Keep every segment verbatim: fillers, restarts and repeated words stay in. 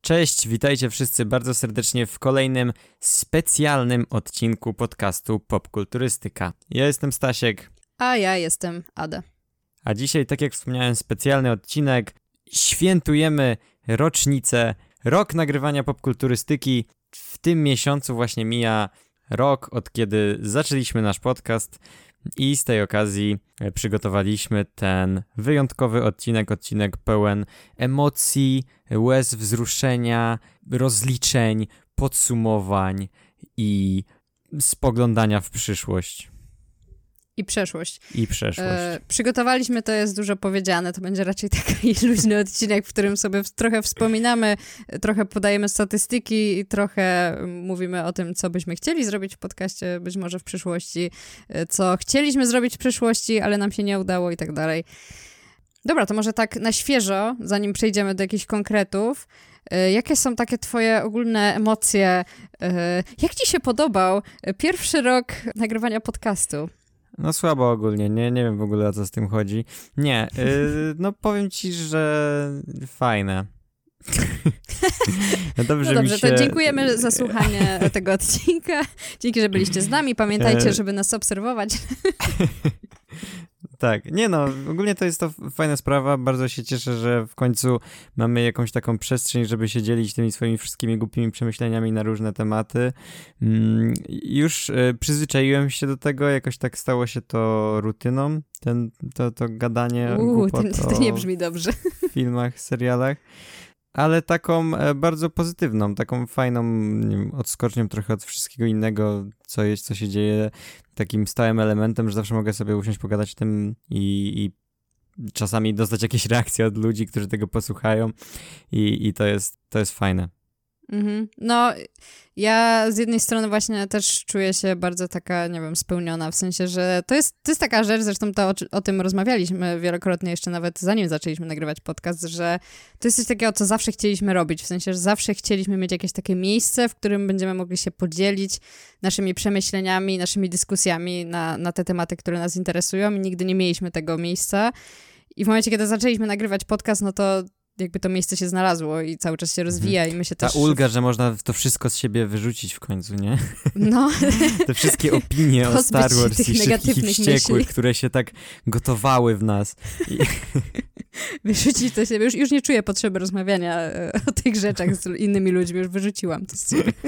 Cześć, witajcie wszyscy bardzo serdecznie w kolejnym specjalnym odcinku podcastu Popkulturystyka. Ja jestem Stasiek. A ja jestem Ada. A dzisiaj, tak jak wspomniałem, specjalny odcinek. Świętujemy rocznicę, rok nagrywania Popkulturystyki. W tym miesiącu właśnie mija rok, od kiedy zaczęliśmy nasz podcast i z tej okazji przygotowaliśmy ten wyjątkowy odcinek, odcinek pełen emocji, łez wzruszenia, rozliczeń, podsumowań i spoglądania w przyszłość. I przeszłość. I przeszłość. E, przygotowaliśmy, to jest dużo powiedziane, to będzie raczej taki luźny odcinek, w którym sobie trochę wspominamy, trochę podajemy statystyki i trochę mówimy o tym, co byśmy chcieli zrobić w podcaście, być może w przyszłości, co chcieliśmy zrobić w przyszłości, ale nam się nie udało i tak dalej. Dobra, to może tak na świeżo, zanim przejdziemy do jakichś konkretów, jakie są takie twoje ogólne emocje? Jak ci się podobał pierwszy rok nagrywania podcastu? No słabo ogólnie, nie, nie wiem w ogóle o co z tym chodzi. Nie, yy, no powiem ci, że fajne. No dobrze, no dobrze się... to dziękujemy za słuchanie tego odcinka. Dzięki, że byliście z nami. Pamiętajcie, żeby nas obserwować. Tak, nie no, ogólnie to jest to fajna sprawa, bardzo się cieszę, że w końcu mamy jakąś taką przestrzeń, żeby się dzielić tymi swoimi wszystkimi głupimi przemyśleniami na różne tematy. Mm, już y, przyzwyczaiłem się do tego, jakoś tak stało się to rutyną, ten, to, to gadanie Uuu, to, to nie brzmi dobrze. W filmach, serialach. Ale taką e, bardzo pozytywną, taką fajną, nie wiem, odskocznią trochę od wszystkiego innego, co jest, co się dzieje, takim stałym elementem, że zawsze mogę sobie usiąść, pogadać o tym i, i czasami dostać jakieś reakcje od ludzi, którzy tego posłuchają i, i to jest, to jest fajne. Mhm. No, ja z jednej strony właśnie też czuję się bardzo taka, nie wiem, spełniona, w sensie, że to jest, to jest taka rzecz, zresztą to o, o tym rozmawialiśmy wielokrotnie jeszcze nawet zanim zaczęliśmy nagrywać podcast, że to jest coś takiego, co zawsze chcieliśmy robić, w sensie, że zawsze chcieliśmy mieć jakieś takie miejsce, w którym będziemy mogli się podzielić naszymi przemyśleniami, naszymi dyskusjami na, na te tematy, które nas interesują i nigdy nie mieliśmy tego miejsca i w momencie, kiedy zaczęliśmy nagrywać podcast, no to jakby to miejsce się znalazło i cały czas się rozwija i my się Ta też... Ta ulga, że można to wszystko z siebie wyrzucić w końcu, nie? No. Te wszystkie opinie o Star Wars i Szybkich i Wściekłych, które się tak gotowały w nas. I... Wyrzucić to siebie. Już, już nie czuję potrzeby rozmawiania o tych rzeczach z innymi ludźmi. Już wyrzuciłam to z siebie.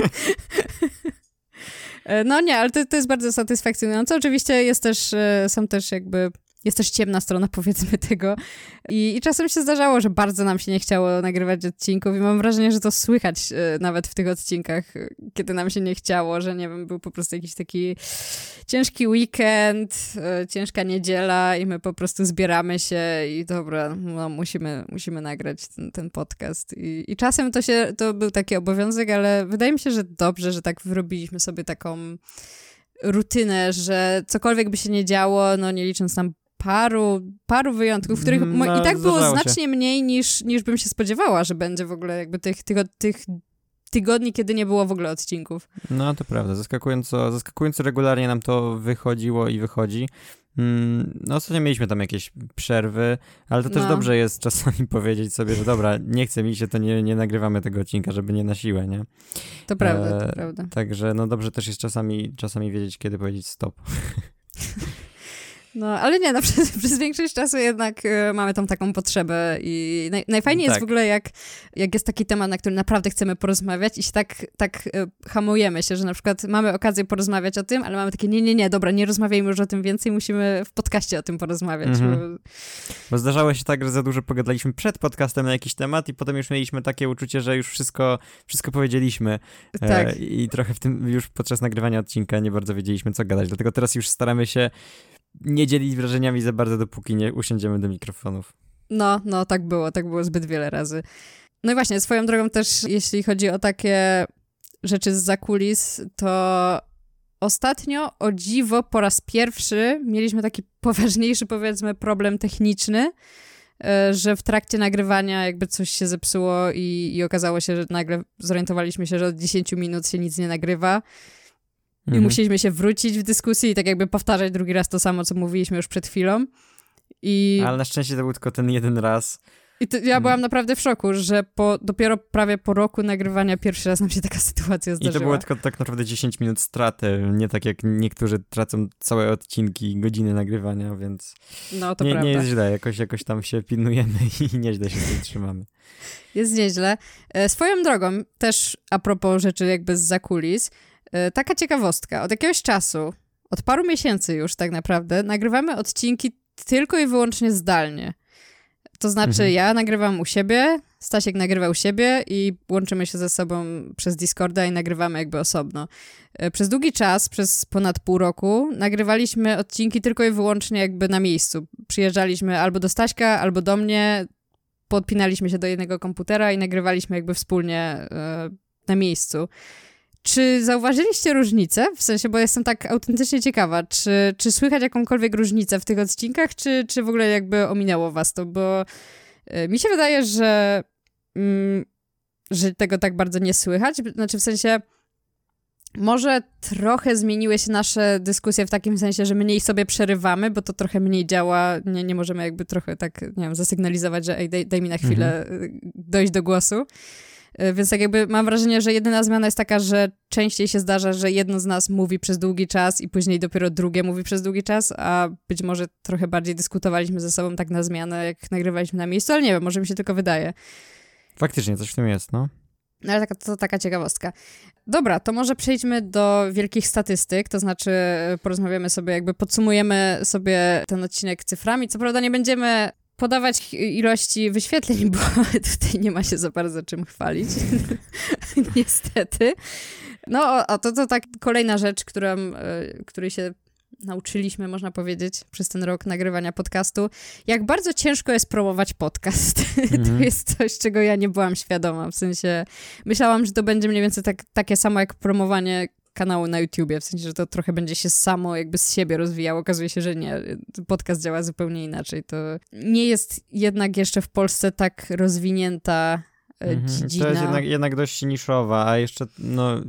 No nie, ale to, to jest bardzo satysfakcjonujące. Oczywiście jest też, są też jakby... Jest też ciemna strona, powiedzmy, tego. I, I czasem się zdarzało, że bardzo nam się nie chciało nagrywać odcinków i mam wrażenie, że to słychać e, nawet w tych odcinkach, kiedy nam się nie chciało, że nie wiem, był po prostu jakiś taki ciężki weekend, e, ciężka niedziela i my po prostu zbieramy się i dobra, no musimy, musimy nagrać ten, ten podcast. I, I czasem to się, to był taki obowiązek, ale wydaje mi się, że dobrze, że tak wyrobiliśmy sobie taką rutynę, że cokolwiek by się nie działo, no nie licząc tam paru, paru wyjątków, których no, i tak było znacznie się. mniej niż, niż bym się spodziewała, że będzie w ogóle jakby tych, tych, tych tygodni, kiedy nie było w ogóle odcinków. No to prawda, zaskakująco, zaskakująco regularnie nam to wychodziło i wychodzi. No ostatnio mieliśmy tam jakieś przerwy, ale to też no. dobrze jest czasami powiedzieć sobie, że dobra, nie chce mi się, to nie, nie nagrywamy tego odcinka, żeby nie na siłę, nie? To prawda, e, to prawda. Także no dobrze też jest czasami, czasami wiedzieć, kiedy powiedzieć stop. No, ale nie, no, przez, przez większość czasu jednak y, mamy tam taką potrzebę i naj, najfajniej tak. jest w ogóle, jak, jak jest taki temat, na który naprawdę chcemy porozmawiać i się tak, tak y, hamujemy się, że na przykład mamy okazję porozmawiać o tym, ale mamy takie, nie, nie, nie, dobra, nie rozmawiajmy już o tym więcej, musimy w podcaście o tym porozmawiać. Mhm. Bo... bo zdarzało się tak, że za dużo pogadaliśmy przed podcastem na jakiś temat i potem już mieliśmy takie uczucie, że już wszystko, wszystko powiedzieliśmy. Tak. E, I trochę w tym już podczas nagrywania odcinka nie bardzo wiedzieliśmy, co gadać, dlatego teraz już staramy się nie dzielić wrażeniami za bardzo, dopóki nie usiądziemy do mikrofonów. No, no, tak było, tak było zbyt wiele razy. No i właśnie, swoją drogą też, jeśli chodzi o takie rzeczy z zakulis, to ostatnio, o dziwo, po raz pierwszy mieliśmy taki poważniejszy, powiedzmy, problem techniczny, że w trakcie nagrywania jakby coś się zepsuło i, i okazało się, że nagle zorientowaliśmy się, że od dziesięciu minut się nic nie nagrywa. I mhm. musieliśmy się wrócić w dyskusji i tak jakby powtarzać drugi raz to samo, co mówiliśmy już przed chwilą. I... Ale na szczęście to był tylko ten jeden raz. I to, ja byłam naprawdę w szoku, że po, dopiero prawie po roku nagrywania pierwszy raz nam się taka sytuacja zdarzyła. I to było tylko tak naprawdę dziesięć minut straty, nie tak jak niektórzy tracą całe odcinki, godziny nagrywania, więc no, to nie, prawda. nie jest źle, jakoś, jakoś tam się pilnujemy i nieźle się z tym trzymamy. Jest nieźle. E, swoją drogą, też a propos rzeczy jakby z zakulis, e, taka ciekawostka. Od jakiegoś czasu, od paru miesięcy już tak naprawdę, nagrywamy odcinki tylko i wyłącznie zdalnie. To znaczy mhm. ja nagrywam u siebie, Stasiek nagrywa u siebie i łączymy się ze sobą przez Discorda i nagrywamy jakby osobno. Przez długi czas, przez ponad pół roku, nagrywaliśmy odcinki tylko i wyłącznie jakby na miejscu. Przyjeżdżaliśmy albo do Staśka, albo do mnie, podpinaliśmy się do jednego komputera i nagrywaliśmy jakby wspólnie y, na miejscu. Czy zauważyliście różnicę? W sensie, bo jestem tak autentycznie ciekawa, czy, czy słychać jakąkolwiek różnicę w tych odcinkach, czy, czy w ogóle jakby ominęło was to, bo y, mi się wydaje, że, mm, że tego tak bardzo nie słychać, znaczy w sensie może trochę zmieniły się nasze dyskusje w takim sensie, że mniej sobie przerywamy, bo to trochę mniej działa, nie, nie możemy jakby trochę tak, nie wiem, zasygnalizować, że ej, daj, daj mi na chwilę mhm. dojść do głosu. Więc tak jakby mam wrażenie, że jedyna zmiana jest taka, że częściej się zdarza, że jedno z nas mówi przez długi czas i później dopiero drugie mówi przez długi czas, a być może trochę bardziej dyskutowaliśmy ze sobą tak na zmianę, jak nagrywaliśmy na miejscu, ale nie wiem, może mi się tylko wydaje. Faktycznie, coś w tym jest, no. No ale taka, to taka ciekawostka. Dobra, to może przejdźmy do wielkich statystyk, to znaczy porozmawiamy sobie, jakby podsumujemy sobie ten odcinek cyframi. Co prawda nie będziemy podawać ilości wyświetleń, bo tutaj nie ma się za bardzo czym chwalić. Niestety. No, a to, to tak kolejna rzecz, którą, której się nauczyliśmy, można powiedzieć, przez ten rok nagrywania podcastu. Jak bardzo ciężko jest promować podcast. Mm. To jest coś, czego ja nie byłam świadoma. W sensie myślałam, że to będzie mniej więcej tak, takie samo jak promowanie kanału na YouTubie, w sensie, że to trochę będzie się samo jakby z siebie rozwijało. Okazuje się, że nie. Podcast działa zupełnie inaczej. To nie jest jednak jeszcze w Polsce tak rozwinięta mhm. dziedzina. To jest jednak, jednak dość niszowa, a jeszcze no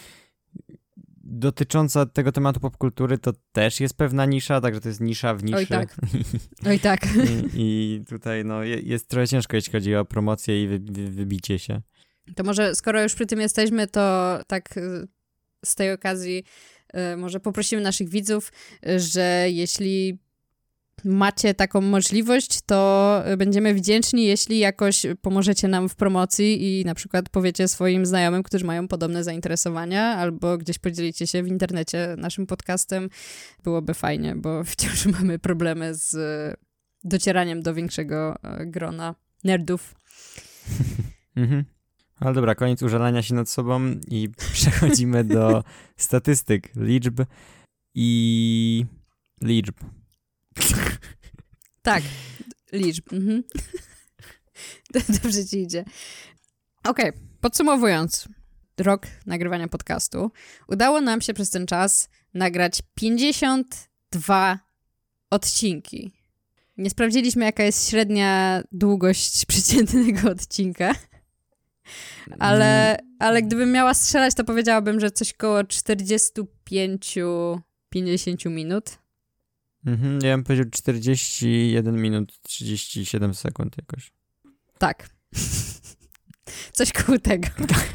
dotycząca tego tematu popkultury to też jest pewna nisza, także to jest nisza w niszy. Oj tak. Oj tak. I, I tutaj no jest trochę ciężko, jeśli chodzi o promocję i wy, wy, wybicie się. To może skoro już przy tym jesteśmy, to tak z tej okazji y, może poprosimy naszych widzów, y, że jeśli macie taką możliwość, to będziemy wdzięczni, jeśli jakoś pomożecie nam w promocji i na przykład powiecie swoim znajomym, którzy mają podobne zainteresowania, albo gdzieś podzielicie się w internecie naszym podcastem. Byłoby fajnie, bo wciąż mamy problemy z docieraniem do większego grona nerdów. Mhm. Ale dobra, koniec użalania się nad sobą i przechodzimy do statystyk, liczb i liczb. Tak, liczb. Mhm. Dobrze ci idzie. Okej, okay, podsumowując rok nagrywania podcastu, udało nam się przez ten czas nagrać pięćdziesiąt dwa odcinki. Nie sprawdziliśmy, jaka jest średnia długość przeciętnego odcinka, ale, ale gdybym miała strzelać, to powiedziałabym, że coś koło czterdzieści pięć do pięćdziesięciu minut. Mhm, ja bym powiedział czterdzieści jeden minut, trzydzieści siedem sekund jakoś. Tak. Coś koło tego.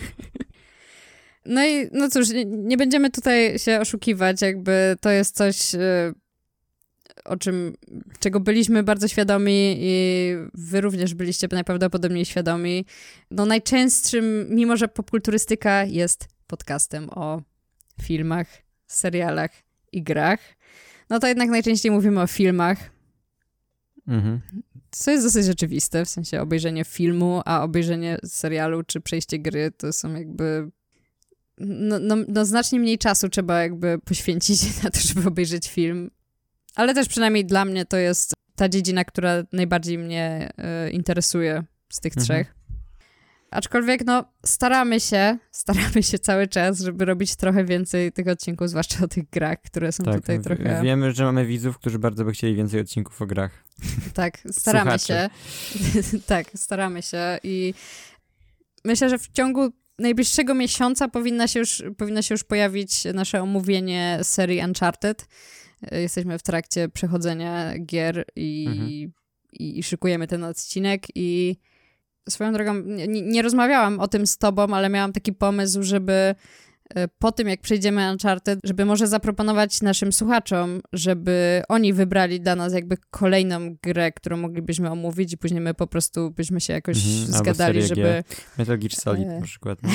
No i no cóż, nie, nie będziemy tutaj się oszukiwać, jakby to jest coś, o czym, czego byliśmy bardzo świadomi i wy również byliście najprawdopodobniej świadomi. No najczęstszym, mimo że popkulturystyka jest podcastem o filmach, serialach i grach, no to jednak najczęściej mówimy o filmach. Mhm. Co jest dosyć rzeczywiste, w sensie obejrzenie filmu, a obejrzenie serialu czy przejście gry to są jakby... No, no, no znacznie mniej czasu trzeba jakby poświęcić na to, żeby obejrzeć film. Ale też przynajmniej dla mnie to jest ta dziedzina, która najbardziej mnie y, interesuje z tych mhm. trzech. Aczkolwiek no staramy się, staramy się cały czas, żeby robić trochę więcej tych odcinków, zwłaszcza o tych grach, które są tak, tutaj w, trochę... Wiemy, że mamy widzów, którzy bardzo by chcieli więcej odcinków o grach. Tak, staramy Słuchacze. się. Tak, staramy się i myślę, że w ciągu najbliższego miesiąca powinna się już, powinno się już pojawić nasze omówienie serii Uncharted. Jesteśmy w trakcie przechodzenia gier i, mhm. i, i szykujemy ten odcinek i swoją drogą nie, nie rozmawiałam o tym z tobą, ale miałam taki pomysł, żeby po tym, jak przejdziemy Uncharted, żeby może zaproponować naszym słuchaczom, żeby oni wybrali dla nas jakby kolejną grę, którą moglibyśmy omówić i później my po prostu byśmy się jakoś mhm, zgadali, żeby... Metal Gear Solid e... na przykład. No.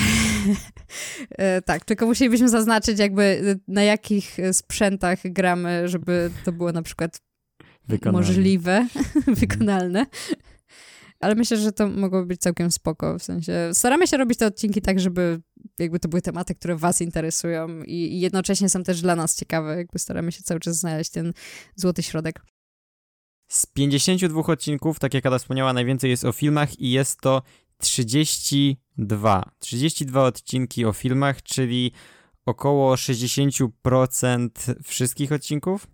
Tak, tylko musielibyśmy zaznaczyć jakby na jakich sprzętach gramy, żeby to było na przykład wykonalne. możliwe, wykonalne. Ale myślę, że to mogłoby być całkiem spoko, w sensie staramy się robić te odcinki tak, żeby jakby to były tematy, które was interesują i, i jednocześnie są też dla nas ciekawe, jakby staramy się cały czas znaleźć ten złoty środek. Z pięćdziesięciu dwóch odcinków, tak jak Ada wspomniała, najwięcej jest o filmach i jest to trzydzieści dwa. trzydzieści dwa odcinki o filmach, czyli około sześćdziesiąt procent wszystkich odcinków.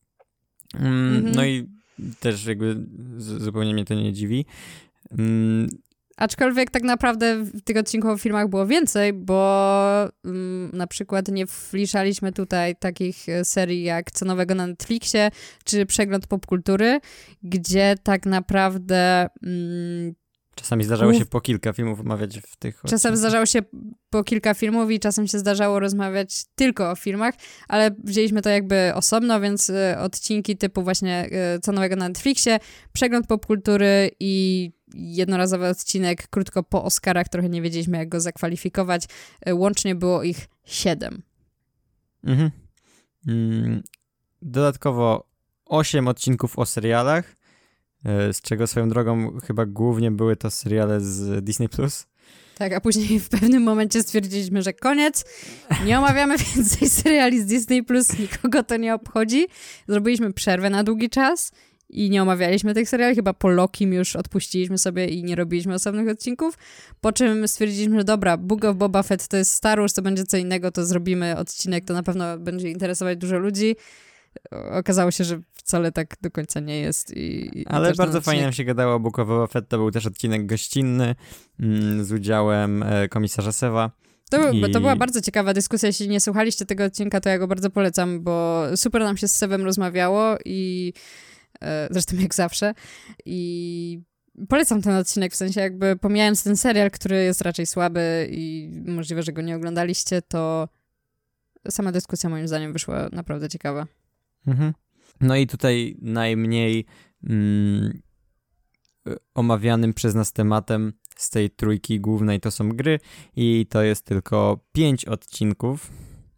Mm, mm-hmm. No i też jakby z, zupełnie mnie to nie dziwi. Mm. Aczkolwiek tak naprawdę tych odcinków o filmach było więcej, bo mm, na przykład nie wliczaliśmy tutaj takich serii jak Co nowego na Netflixie, czy Przegląd popkultury, gdzie tak naprawdę... Mm, Czasami zdarzało się po kilka filmów omawiać w tych... Czasem odcinkach. zdarzało się po kilka filmów i czasem się zdarzało rozmawiać tylko o filmach, ale wzięliśmy to jakby osobno, więc y, odcinki typu właśnie y, Co nowego na Netflixie, Przegląd popkultury i jednorazowy odcinek krótko po Oscarach, trochę nie wiedzieliśmy jak go zakwalifikować. Y, łącznie było ich siedem. Mhm. Mm, dodatkowo osiem odcinków o serialach, z czego swoją drogą chyba głównie były to seriale z Disney plus. Tak, a później w pewnym momencie stwierdziliśmy, że koniec, nie omawiamy więcej seriali z Disney plus, nikogo to nie obchodzi. Zrobiliśmy przerwę na długi czas i nie omawialiśmy tych seriali, chyba po Lokim już odpuściliśmy sobie i nie robiliśmy osobnych odcinków, po czym stwierdziliśmy, że dobra, Book of Boba Fett to jest Star Wars, to będzie co innego, to zrobimy odcinek, to na pewno będzie interesować dużo ludzi. Okazało się, że wcale tak do końca nie jest. I, i Ale bardzo odcinek... fajnie nam się gadało o Book of Boba Fett. To był też odcinek gościnny mm, z udziałem e, komisarza Seva. To, był, I... to była bardzo ciekawa dyskusja. Jeśli nie słuchaliście tego odcinka, to ja go bardzo polecam, bo super nam się z Sevem rozmawiało i e, zresztą jak zawsze. I polecam ten odcinek, w sensie jakby pomijając ten serial, który jest raczej słaby i możliwe, że go nie oglądaliście, to sama dyskusja moim zdaniem wyszła naprawdę ciekawa. Mhm. No i tutaj najmniej mm, omawianym przez nas tematem z tej trójki głównej to są gry i to jest tylko pięć odcinków,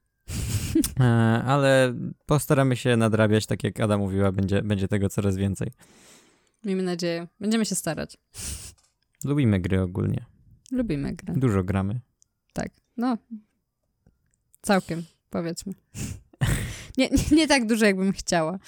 e, ale postaramy się nadrabiać, tak jak Ada mówiła, będzie, będzie tego coraz więcej. Miejmy nadzieję. Będziemy się starać. Lubimy gry ogólnie. Lubimy gry. Dużo gramy. Tak, no całkiem, powiedzmy. Nie, nie, nie tak dużo, jakbym chciała.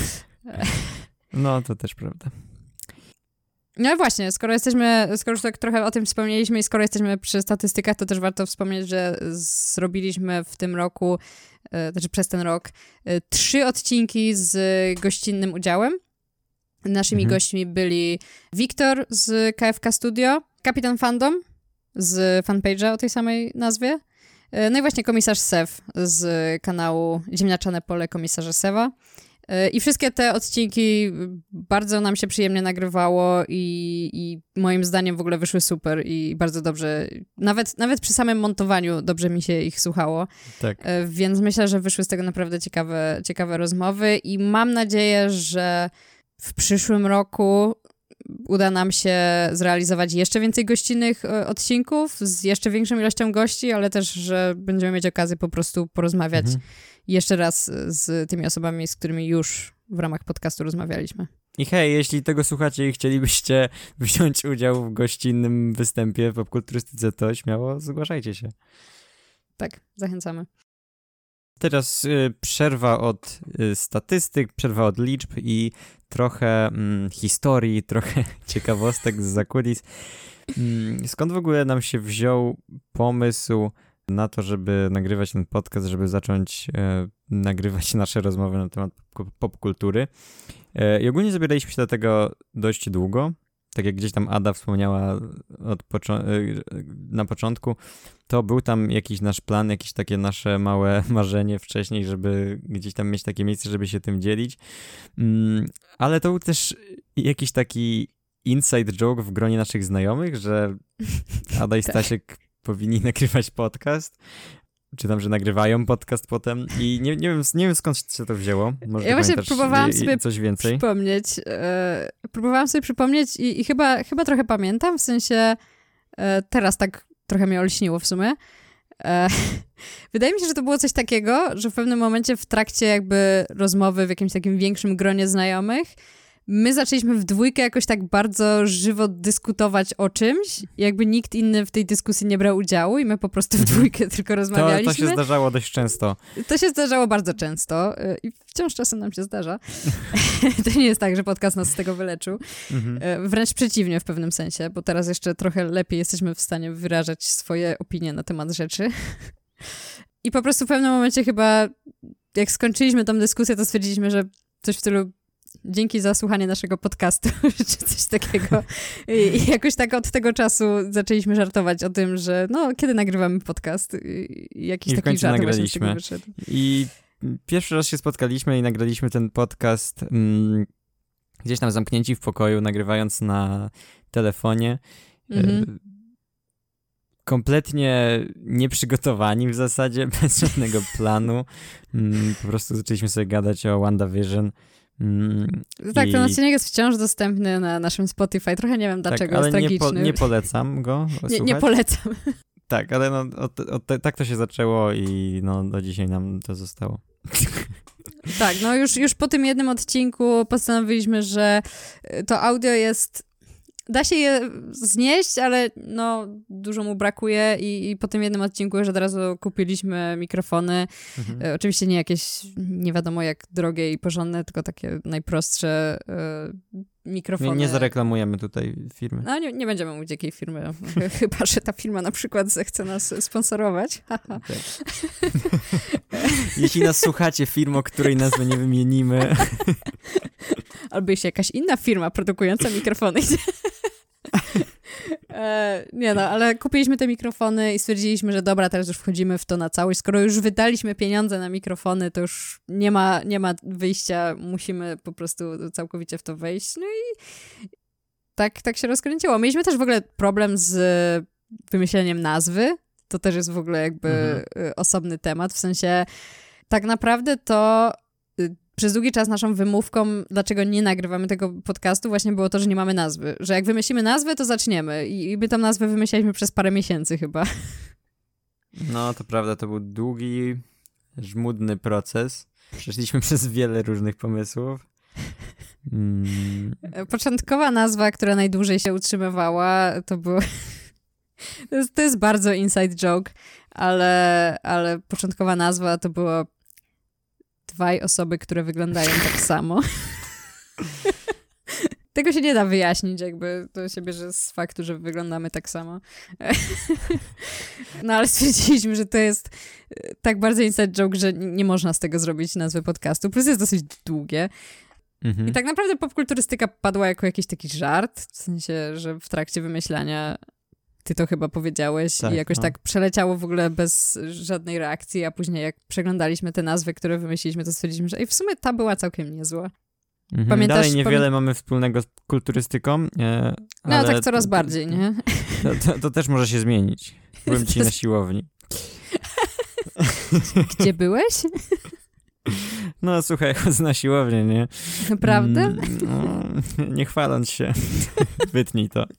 No, to też prawda. No i właśnie, skoro jesteśmy, skoro już tak trochę o tym wspomnieliśmy i skoro jesteśmy przy statystykach, to też warto wspomnieć, że zrobiliśmy w tym roku, e, znaczy przez ten rok, e, trzy odcinki z gościnnym udziałem. Naszymi mhm. gośćmi byli Wiktor z K F K Studio, Kapitan Fandom z fanpage'a o tej samej nazwie, no i właśnie komisarz Sev z kanału Ziemniaczane Pole komisarza Seva. I wszystkie te odcinki bardzo nam się przyjemnie nagrywało i, i moim zdaniem w ogóle wyszły super i bardzo dobrze, nawet, nawet przy samym montowaniu dobrze mi się ich słuchało. Tak. Więc myślę, że wyszły z tego naprawdę ciekawe, ciekawe rozmowy i mam nadzieję, że w przyszłym roku uda nam się zrealizować jeszcze więcej gościnnych odcinków z jeszcze większą ilością gości, ale też, że będziemy mieć okazję po prostu porozmawiać mhm. jeszcze raz z tymi osobami, z którymi już w ramach podcastu rozmawialiśmy. I hej, jeśli tego słuchacie i chcielibyście wziąć udział w gościnnym występie w popkulturystyce, to śmiało zgłaszajcie się. Tak, zachęcamy. Teraz y, przerwa od y, statystyk, przerwa od liczb i trochę mm, historii, trochę ciekawostek z zakulis. Mm, skąd w ogóle nam się wziął pomysł na to, żeby nagrywać ten podcast, żeby zacząć e, nagrywać nasze rozmowy na temat popkultury. E, I ogólnie zabieraliśmy się do tego dość długo. tak jak gdzieś tam Ada wspomniała od poczo- na początku, to był tam jakiś nasz plan, jakieś takie nasze małe marzenie wcześniej, żeby gdzieś tam mieć takie miejsce, żeby się tym dzielić. Mm, ale to był też jakiś taki inside joke w gronie naszych znajomych, że Ada i Stasiek powinni nagrywać podcast. Czy tam, że nagrywają podcast potem i nie, nie, wiem, nie wiem skąd się to wzięło. Może ja właśnie próbowałam i, sobie coś więcej. przypomnieć. E, próbowałam sobie przypomnieć i, i chyba, chyba trochę pamiętam, w sensie e, teraz tak trochę mnie olśniło w sumie. E, wydaje mi się, że to było coś takiego, że w pewnym momencie w trakcie jakby rozmowy w jakimś takim większym gronie znajomych my zaczęliśmy w dwójkę jakoś tak bardzo żywo dyskutować o czymś, jakby nikt inny w tej dyskusji nie brał udziału i my po prostu w dwójkę tylko rozmawialiśmy. To, to się zdarzało dość często. To się zdarzało bardzo często i wciąż czasem nam się zdarza. To nie jest tak, że podcast nas z tego wyleczył. Mhm. Wręcz przeciwnie w pewnym sensie, bo teraz jeszcze trochę lepiej jesteśmy w stanie wyrażać swoje opinie na temat rzeczy. I po prostu w pewnym momencie chyba, jak skończyliśmy tą dyskusję, to stwierdziliśmy, że coś w stylu dzięki za słuchanie naszego podcastu, czy coś takiego. I, I jakoś tak od tego czasu zaczęliśmy żartować o tym, że no, kiedy nagrywamy podcast. I jakiś I taki żart nagraliśmy. właśnie z tego wyszedł. I pierwszy raz się spotkaliśmy i nagraliśmy ten podcast mm, gdzieś tam zamknięci w pokoju, nagrywając na telefonie. Mhm. Kompletnie nieprzygotowani w zasadzie, bez żadnego planu. Mm, po prostu zaczęliśmy sobie gadać o WandaVision. Mm, tak, i... ten odcinek jest wciąż dostępny na naszym Spotify. Trochę nie wiem, dlaczego tak, jest ale tragiczny. Nie, po, nie polecam go nie, nie polecam. Tak, ale no, od, od, tak to się zaczęło i no, do dzisiaj nam to zostało. Tak, no już, już po tym jednym odcinku postanowiliśmy, że to audio jest... Da się je znieść, ale no dużo mu brakuje i, i po tym jednym odcinku już od razu kupiliśmy mikrofony. Mhm. E, oczywiście nie jakieś nie wiadomo jak drogie i porządne, tylko takie najprostsze e, mikrofony. Nie, nie zareklamujemy tutaj firmy. No nie, nie będziemy mówić jakiej firmy, chyba że ta firma na przykład zechce nas sponsorować. Okay. Jeśli nas słuchacie, firmo, której nazwy nie wymienimy. Albo jeśli jakaś inna firma produkująca mikrofony. e, nie no, ale kupiliśmy te mikrofony i stwierdziliśmy, że dobra, teraz już wchodzimy w to na całość. Skoro już wydaliśmy pieniądze na mikrofony, to już nie ma, nie ma wyjścia, musimy po prostu całkowicie w to wejść. No i tak, tak się rozkręciło. Mieliśmy też w ogóle problem z wymyśleniem nazwy. To też jest w ogóle jakby mhm. osobny temat, w sensie tak naprawdę to przez długi czas naszą wymówką, dlaczego nie nagrywamy tego podcastu, właśnie było to, że nie mamy nazwy. Że jak wymyślimy nazwę, to zaczniemy. I my tą nazwę wymyślaliśmy przez parę miesięcy chyba. No, to prawda, to był długi, żmudny proces. Przeszliśmy przez wiele różnych pomysłów. Mm. Początkowa nazwa, która najdłużej się utrzymywała, to było... to, jest, to jest bardzo inside joke, ale, ale początkowa nazwa to było dwaj osoby, które wyglądają tak samo. Tego się nie da wyjaśnić, jakby to się bierze z faktu, że wyglądamy tak samo. No ale stwierdziliśmy, że to jest tak bardzo inside joke, że nie można z tego zrobić nazwy podcastu. Plus jest dosyć długie. Mhm. I tak naprawdę popkulturystyka padła jako jakiś taki żart, w sensie, że w trakcie wymyślania ty to chyba powiedziałeś tak, i jakoś no. tak przeleciało w ogóle bez żadnej reakcji, a później jak przeglądaliśmy te nazwy, które wymyśliliśmy, to stwierdziliśmy, że ej, w sumie ta była całkiem niezła. Mhm. Pamiętasz, Dalej niewiele pamię... mamy wspólnego z kulturystyką, e, No ale tak coraz to, bardziej, nie? To, to, to też może się zmienić. Byłem dzisiaj na siłowni. Gdzie byłeś? No słuchaj, chodzę na siłownię, nie? Naprawdę? No, nie chwaląc się. Wytnij to.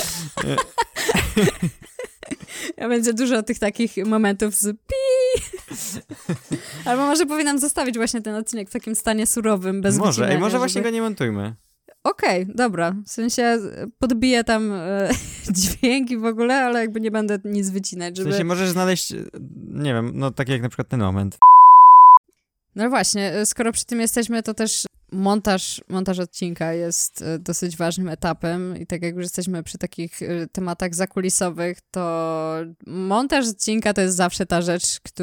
Ja będzie dużo tych takich momentów z pi. Albo może powinnam zostawić właśnie ten odcinek w takim stanie surowym, bez Może, wycinania, ej, może żeby... właśnie go nie montujmy. Okej, okay, dobra. W sensie podbiję tam e, dźwięk i w ogóle, ale jakby nie będę nic wycinać, żeby... W sensie możesz znaleźć, nie wiem, no tak jak na przykład ten moment. No właśnie, skoro przy tym jesteśmy, to też montaż, montaż odcinka jest dosyć ważnym etapem i tak jak już jesteśmy przy takich tematach zakulisowych, to montaż odcinka to jest zawsze ta rzecz, której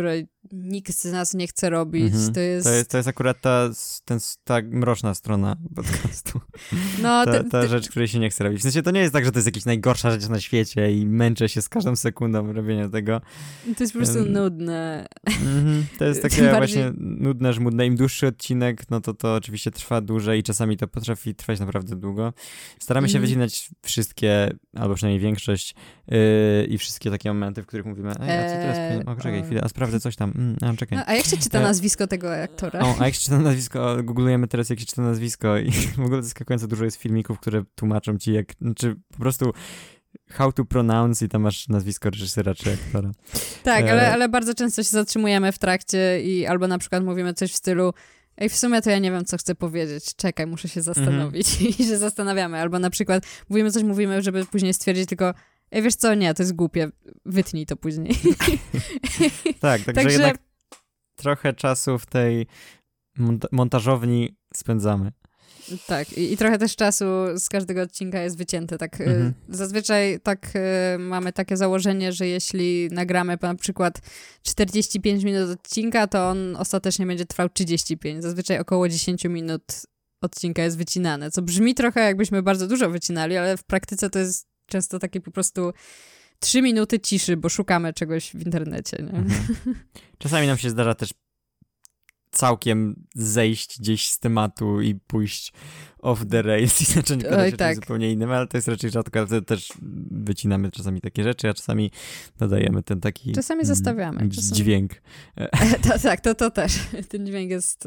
nikt z nas nie chce robić. Mhm. To, jest... To, jest, to jest akurat ta, ten, ta mroczna strona podcastu. No, ta, te, ta te... rzecz, której się nie chce robić. W sensie to nie jest tak, że to jest jakaś najgorsza rzecz na świecie i męczę się z każdą sekundą robienia tego. To jest po prostu um, nudne. Mm-hmm. To jest takie bardziej... właśnie nudne, żmudne. Im dłuższy odcinek, no to to oczywiście trwa dłużej i czasami to potrafi trwać naprawdę długo. Staramy się mm. wycinać wszystkie, albo przynajmniej większość yy, i wszystkie takie momenty, w których mówimy, ej, a co teraz eee, o, czekaj chwilę, a sprawdzę coś tam, mm, a czekaj. No, a jak się czyta nazwisko tego aktora? O, a jak się czyta nazwisko, googlujemy teraz, jak się czyta nazwisko i w ogóle zaskakująco dużo jest filmików, które tłumaczą ci, jak, znaczy po prostu how to pronounce i tam masz nazwisko reżysera czy aktora. Tak, e... ale, ale bardzo często się zatrzymujemy w trakcie i albo na przykład mówimy coś w stylu ej, w sumie to ja nie wiem, co chcę powiedzieć, czekaj, muszę się zastanowić mm-hmm. i się zastanawiamy, albo na przykład mówimy coś, mówimy, żeby później stwierdzić tylko ej, wiesz co, nie, to jest głupie, wytnij to później. Tak, także, także jednak trochę czasu w tej mont- montażowni spędzamy. Tak, i, i trochę też czasu z każdego odcinka jest wycięte. Tak, mhm. y, zazwyczaj tak y, mamy takie założenie, że jeśli nagramy na przykład czterdzieści pięć minut odcinka, to on ostatecznie będzie trwał trzydzieści pięć. Zazwyczaj około dziesięć minut odcinka jest wycinane, co brzmi trochę jakbyśmy bardzo dużo wycinali, ale w praktyce to jest często takie po prostu trzy minuty ciszy, bo szukamy czegoś w internecie. Nie? Mhm. Czasami nam się zdarza też całkiem zejść gdzieś z tematu i pójść off the rails i zacząć gadać o czymś zupełnie innym, ale to jest raczej rzadko, ale wtedy też wycinamy czasami takie rzeczy, a czasami dodajemy ten taki czasami mm, zostawiamy. Dźwięk. to, tak, to, to też. Ten dźwięk jest...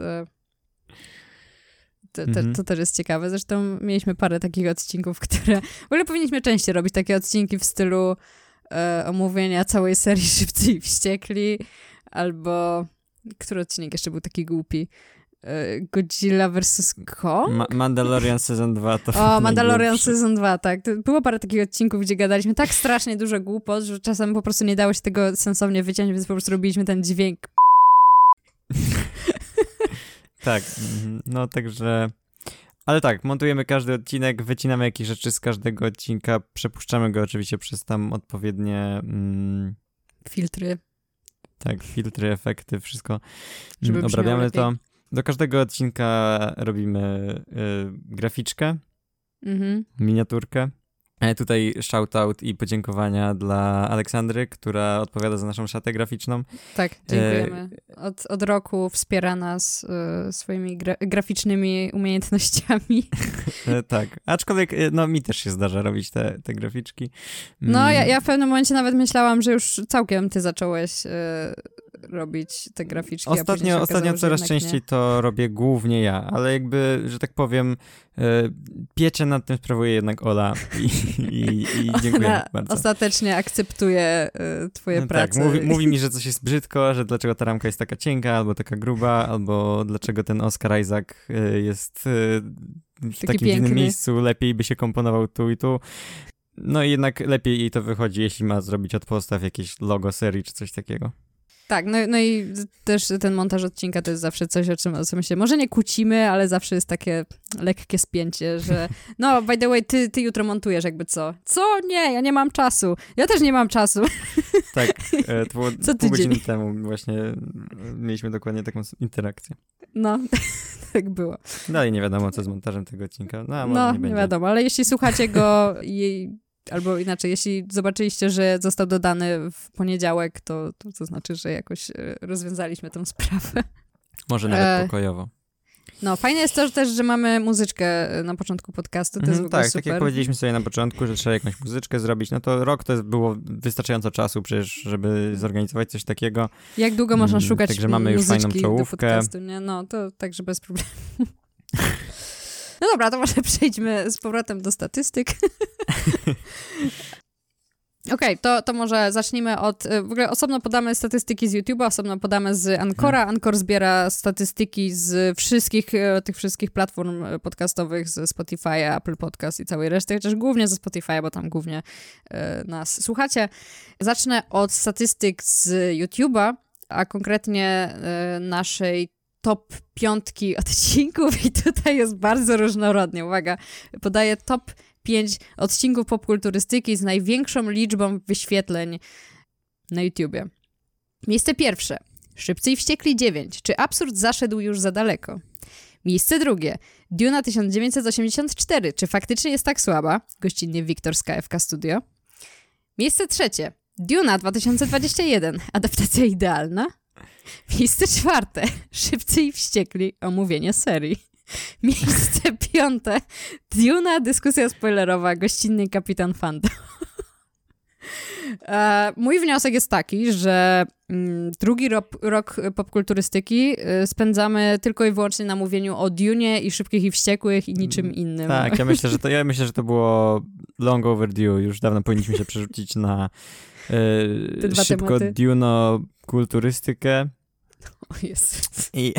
To, to, mm-hmm. to też jest ciekawe. Zresztą mieliśmy parę takich odcinków, które... W ogóle powinniśmy częściej robić takie odcinki w stylu e, omówienia całej serii Szybcy i Wściekli, albo... Który odcinek jeszcze był taki głupi? Godzilla versus Kong? Ma- Mandalorian Season dwa to O, Mandalorian Season dwa, tak. To było parę takich odcinków, gdzie gadaliśmy tak strasznie dużo głupot, że czasem po prostu nie dało się tego sensownie wyciąć, więc po prostu robiliśmy ten dźwięk. Tak, no także... Ale tak, montujemy każdy odcinek, wycinamy jakieś rzeczy z każdego odcinka, przepuszczamy go oczywiście przez tam odpowiednie... Mm... Filtry. Tak, filtry, efekty, wszystko. Żeby obrabiamy to. Do każdego odcinka robimy y, graficzkę, mm-hmm. miniaturkę. E, tutaj shoutout i podziękowania dla Aleksandry, która odpowiada za naszą szatę graficzną. Tak, dziękujemy. Od, od roku wspiera nas y, swoimi gra- graficznymi umiejętnościami. e, tak, aczkolwiek no mi też się zdarza robić te, te graficzki. Mm. No ja, ja w pewnym momencie nawet myślałam, że już całkiem ty zacząłeś y, robić te graficzki. Ostatnio, a ostatnio okazało, coraz częściej nie. To robię głównie ja, ale jakby, że tak powiem, y, pieczę nad tym sprawuje jednak Ola i, i, i dziękuję Ona bardzo. Ostatecznie akceptuje y, twoje no prace. Tak, mówi, mówi mi, że coś jest brzydko, że dlaczego ta ramka jest taka cienka, albo taka gruba, albo dlaczego ten Oscar Isaac y, jest y, w Taki takim piękny. Dziwnym miejscu, lepiej by się komponował tu i tu. No i jednak lepiej jej to wychodzi, jeśli ma zrobić od podstaw jakieś logo serii czy coś takiego. Tak, no, no i też ten montaż odcinka to jest zawsze coś, o czym, o czym się może nie kłócimy, ale zawsze jest takie lekkie spięcie, że no, by the way, ty, ty jutro montujesz jakby co? Co? Nie, ja nie mam czasu. Ja też nie mam czasu. Tak, e, to było co pół godziny temu właśnie mieliśmy dokładnie taką interakcję. No, tak było. Dalej nie wiadomo, co z montażem tego odcinka. No, może no nie, będzie. nie wiadomo, ale jeśli słuchacie go i albo inaczej, jeśli zobaczyliście, że został dodany w poniedziałek, to, to, to znaczy, że jakoś rozwiązaliśmy tę sprawę. Może nawet e... pokojowo. No, fajne jest to że też, że mamy muzyczkę na początku podcastu, to mm, jest w ogóle tak, super. Tak, tak jak powiedzieliśmy sobie na początku, że trzeba jakąś muzyczkę zrobić, no to rok to jest, było wystarczająco czasu przecież, żeby zorganizować coś takiego. Jak długo można szukać Także mamy już fajną czołówkę. Do podcastu, nie? No, to także bez problemu. No dobra, to może przejdźmy z powrotem do statystyk. Okej, okay, to, to może zacznijmy od... W ogóle osobno podamy statystyki z YouTube'a, osobno podamy z Ancora. Ancor zbiera statystyki z wszystkich tych wszystkich platform podcastowych, ze Spotify'a, Apple Podcast i całej reszty, chociaż głównie ze Spotify'a, bo tam głównie e, nas słuchacie. Zacznę od statystyk z YouTube'a, a konkretnie e, naszej top piątki odcinków i tutaj jest bardzo różnorodnie. Uwaga, podaję top pięć odcinków popkulturystyki z największą liczbą wyświetleń na YouTubie. Miejsce pierwsze. Szybcy i Wściekli dziewięć. Czy absurd zaszedł już za daleko? Miejsce drugie. Duna tysiąc dziewięćset osiemdziesiąt cztery. Czy faktycznie jest tak słaba? Gościnnie Wiktor z K F K Studio. Miejsce trzecie. Duna dwa tysiące dwudziesty pierwszy. Adaptacja idealna. Miejsce czwarte. Szybcy i Wściekli. Omówienie serii. Miejsce piąte. Duna, dyskusja spoilerowa. Gościnnie Kapitan Fando. E, mój wniosek jest taki, że mm, drugi rok, rok popkulturystyki y, spędzamy tylko i wyłącznie na mówieniu o Dunie i Szybkich i Wściekłych i niczym innym. Tak, ja myślę, że to, ja myślę, że to było long overdue. Już dawno powinniśmy się przerzucić na y, szybko tematy. Duno kulturystykę. O Jezus. I,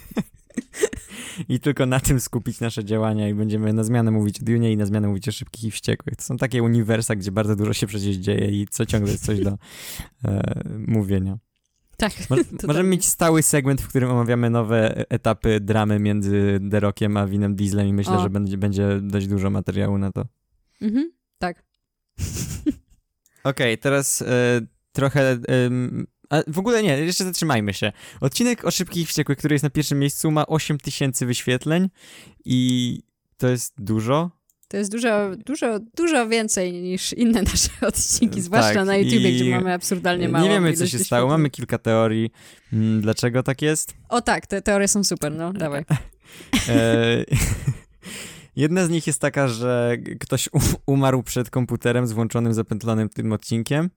I tylko na tym skupić nasze działania i będziemy na zmianę mówić o Dunie i na zmianę mówić o Szybkich i Wściekłych. To są takie uniwersa, gdzie bardzo dużo się przecież dzieje i co ciągle jest coś do e, mówienia. Tak. Mo- możemy mieć stały segment, w którym omawiamy nowe etapy dramy między The Rockiem a Vinem Dieslem i myślę, o. że będzie, będzie dość dużo materiału na to. Mhm, tak. Okej, okay, teraz e, trochę... E, A w ogóle nie, jeszcze zatrzymajmy się. Odcinek o Szybkich i Wściekłych, który jest na pierwszym miejscu, ma osiem tysięcy wyświetleń i to jest dużo. To jest dużo, dużo, dużo więcej niż inne nasze odcinki, zwłaszcza tak, na YouTubie, gdzie mamy absurdalnie mało. Nie wiemy, co się stało, mamy kilka teorii, hmm, dlaczego tak jest. O tak, te teorie są super, no, dawaj. e- Jedna z nich jest taka, że ktoś um- umarł przed komputerem z włączonym, zapętlonym tym odcinkiem.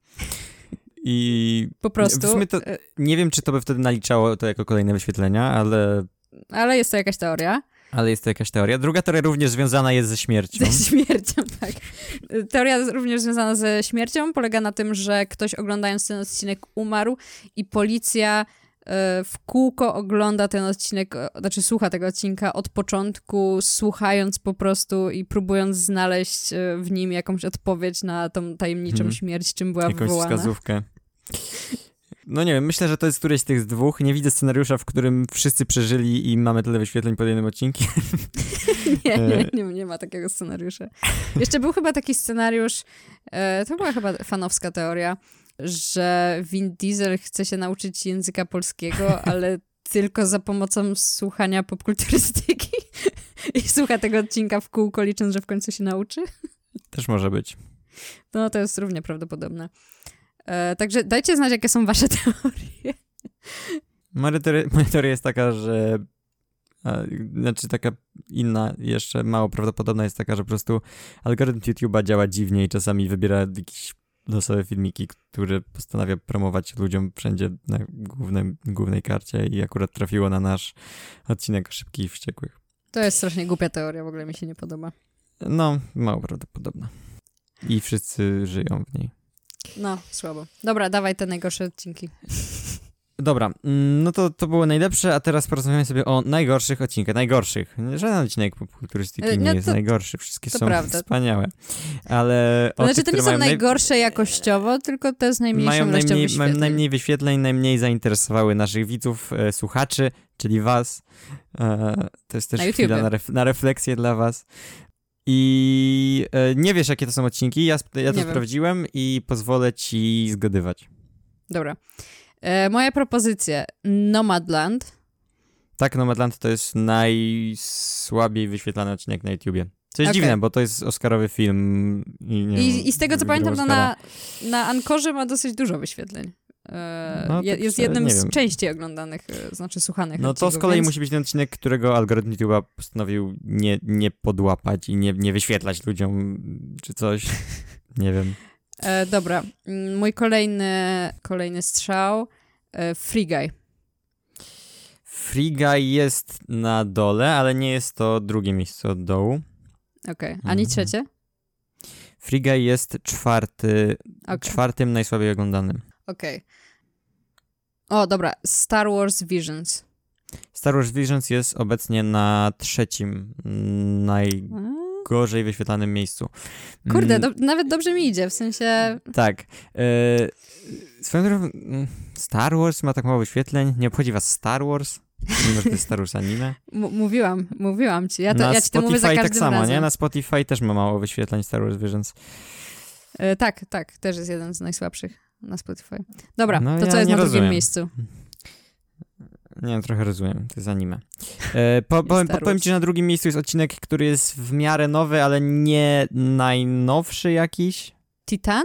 I po prostu. W sumie to, nie wiem, czy to by wtedy naliczało to jako kolejne wyświetlenia, ale... Ale jest to jakaś teoria. Ale jest to jakaś teoria. Druga teoria również związana jest ze śmiercią. Ze śmiercią, tak. Teoria również związana ze śmiercią polega na tym, że ktoś oglądając ten odcinek umarł i policja w kółko ogląda ten odcinek, znaczy słucha tego odcinka od początku, słuchając po prostu i próbując znaleźć w nim jakąś odpowiedź na tą tajemniczą hmm. śmierć, czym była jakąś wywołana. Jakąś wskazówkę. No nie wiem, myślę, że to jest któreś z tych dwóch. Nie widzę scenariusza, w którym wszyscy przeżyli i mamy tyle wyświetleń pod jednym odcinkiem. nie, nie, nie, nie ma takiego scenariusza. Jeszcze był chyba taki scenariusz, to była chyba fanowska teoria, że Vin Diesel chce się nauczyć języka polskiego, ale tylko za pomocą słuchania popkulturystyki i słucha tego odcinka w kółko, licząc, że w końcu się nauczy. Też może być. No, to jest równie prawdopodobne. E, także dajcie znać, jakie są wasze teorie. Moja teoria, moja teoria jest taka, że a, znaczy taka inna, jeszcze mało prawdopodobna jest taka, że po prostu algorytm YouTube'a działa dziwnie i czasami wybiera jakieś losowe filmiki, które postanawia promować ludziom wszędzie na głównym, głównej karcie i akurat trafiło na nasz odcinek o Szybkich i Wściekłych. To jest strasznie głupia teoria, w ogóle mi się nie podoba. No, mało prawdopodobna. I wszyscy żyją w niej. No, słabo. Dobra, dawaj te najgorsze odcinki. Dobra, no to, to było najlepsze, a teraz porozmawiamy sobie o najgorszych odcinkach. Najgorszych. Żaden odcinek popkulturystyki nie, nie jest to, najgorszy. Wszystkie są prawda. wspaniałe. Ale to znaczy, to nie są najgorsze naj... jakościowo, tylko to jest najmniejszą mają ilością najmniej, wyświetleń. Mają najmniej wyświetleń, najmniej zainteresowały naszych widzów, e, słuchaczy, czyli was. E, to jest też na chwila na, ref, na refleksję dla was. I e, nie wiesz, jakie to są odcinki. Ja, ja to nie sprawdziłem wiem. I pozwolę ci zgadywać. Dobra. E, moje propozycje. Nomadland. Tak, Nomadland to jest najsłabiej wyświetlany odcinek na YouTubie. Co jest okay. dziwne, bo to jest oscarowy film. I, nie I, wiem, i z tego, co pamiętam, no na, na Ankorze ma dosyć dużo wyświetleń. E, no, je, tak jest jednym z wiem. częściej oglądanych, znaczy słuchanych No to z kolei więc... musi być ten odcinek, którego algorytm YouTube'a postanowił nie, nie podłapać i nie, nie wyświetlać ludziom czy coś. Nie wiem. E, dobra. Mój kolejny, kolejny strzał. E, Free Guy. Free Guy jest na dole, ale nie jest to drugie miejsce od dołu. Okej. Okay. Ani trzecie? Free Guy jest czwarty, okay. czwartym najsłabiej oglądanym. Okej. Okay. O, dobra. Star Wars Visions. Star Wars Visions jest obecnie na trzecim najgorzej wyświetlanym miejscu. Kurde, do, nawet dobrze mi idzie, w sensie... Tak. Yy, swoją drogą, Star Wars ma tak mało wyświetleń. Nie obchodzi was Star Wars? Mimo, że to jest Star Wars anime? M- mówiłam, mówiłam ci. Ja, to, na ja ci to mówię za każdym tak samo, razem. Nie? Na Spotify też ma mało wyświetleń Star Wars Visions. Yy, tak, tak. Też jest jeden z najsłabszych na Spotify. Dobra, no, to ja co jest na rozumiem. drugim miejscu? Nie, trochę rozumiem, to jest anime. E, po, powiem, po, powiem ci, że na drugim miejscu jest odcinek, który jest w miarę nowy, ale nie najnowszy jakiś. Titan?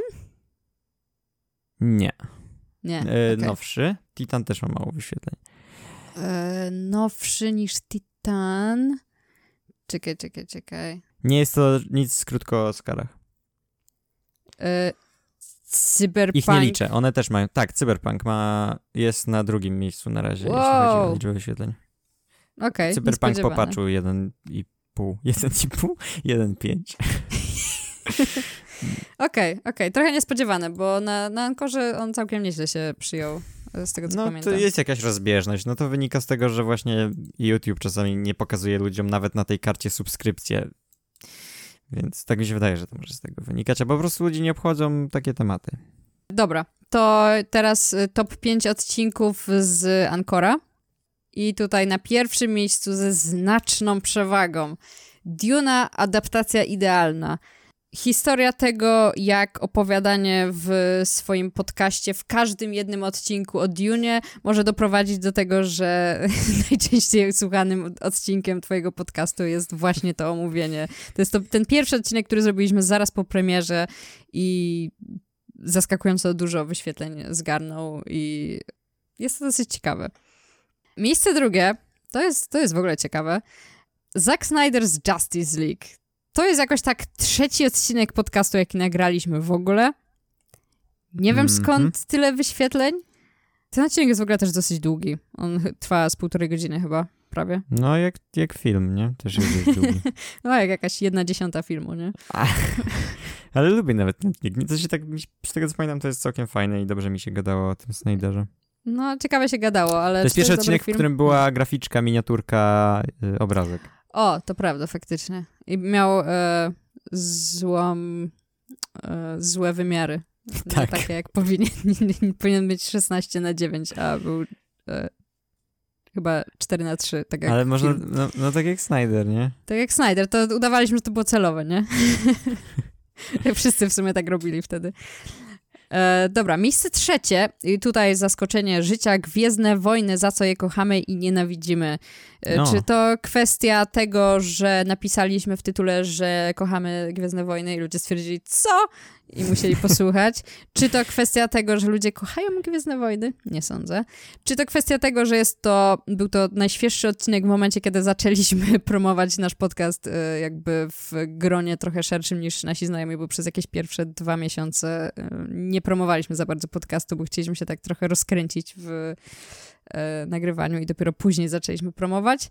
Nie. Nie, E, okay. Nowszy. Titan też ma mało wyświetleń. E, nowszy niż Titan. Czekaj, czekaj, czekaj. Nie jest to nic krótko o Oscarach. E, Cyberpunk. Ich nie liczę, one też mają. Tak, Cyberpunk ma, jest na drugim miejscu na razie, wow. jeśli chodzi o liczbę wyświetleń. Okej, okay, Cyberpunk popatrzył jeden i pół. jeden i pół? jeden przecinek pięć. Okej, okej. Okay. Trochę niespodziewane, bo na, na Ankorze on całkiem nieźle się przyjął, z tego co no, pamiętam. No to jest jakaś rozbieżność. No to wynika z tego, że właśnie YouTube czasami nie pokazuje ludziom nawet na tej karcie subskrypcję. Więc tak mi się wydaje, że to może z tego wynikać, a po prostu ludzi nie obchodzą takie tematy. Dobra, to teraz top pięć odcinków z Ankora. I tutaj na pierwszym miejscu ze znaczną przewagą Duna, adaptacja idealna. Historia tego, jak opowiadanie w swoim podcaście w każdym jednym odcinku o Dunie może doprowadzić do tego, że najczęściej słuchanym odcinkiem twojego podcastu jest właśnie to omówienie. To jest to, ten pierwszy odcinek, który zrobiliśmy zaraz po premierze i zaskakująco dużo wyświetleń zgarnął i jest to dosyć ciekawe. Miejsce drugie, to jest, to jest w ogóle ciekawe. Zack Snyder's Justice League. To jest jakoś tak trzeci odcinek podcastu, jaki nagraliśmy w ogóle. Nie wiem mm-hmm. skąd tyle wyświetleń. Ten odcinek jest w ogóle też dosyć długi. On trwa z półtorej godziny chyba, prawie. No, jak, jak film, nie? Też jest dość długi. No, jak jakaś jedna dziesiąta filmu, nie? Ale lubię nawet ten odcinek. To się tak, z tego co pamiętam, to jest całkiem fajne i dobrze mi się gadało o tym Snyderze. No, ciekawe się gadało, ale... To jest pierwszy odcinek, w którym była graficzka, miniaturka, yy, obrazek. O, to prawda, faktycznie. I miał e, złą, e, złe wymiary. Tak. Nie takie, jak powinien. Powinien być szesnaście na dziewięć, a był e, chyba cztery na trzy, tak jak Ale można, film. no, no tak jak Snyder, nie? Tak jak Snyder, to udawaliśmy, że to było celowe, nie? Wszyscy w sumie tak robili wtedy. E, dobra, miejsce trzecie i tutaj zaskoczenie życia, Gwiezdne Wojny, za co je kochamy i nienawidzimy. E, no. Czy to kwestia tego, że napisaliśmy w tytule, że kochamy Gwiezdne Wojny i ludzie stwierdzili, co? I musieli posłuchać. Czy to kwestia tego, że ludzie kochają Gwiezdne Wojny? Nie sądzę. Czy to kwestia tego, że jest to, był to najświeższy odcinek w momencie, kiedy zaczęliśmy promować nasz podcast y, jakby w gronie trochę szerszym niż nasi znajomi, bo przez jakieś pierwsze dwa miesiące y, nie promowaliśmy za bardzo podcastu, bo chcieliśmy się tak trochę rozkręcić w y, nagrywaniu i dopiero później zaczęliśmy promować.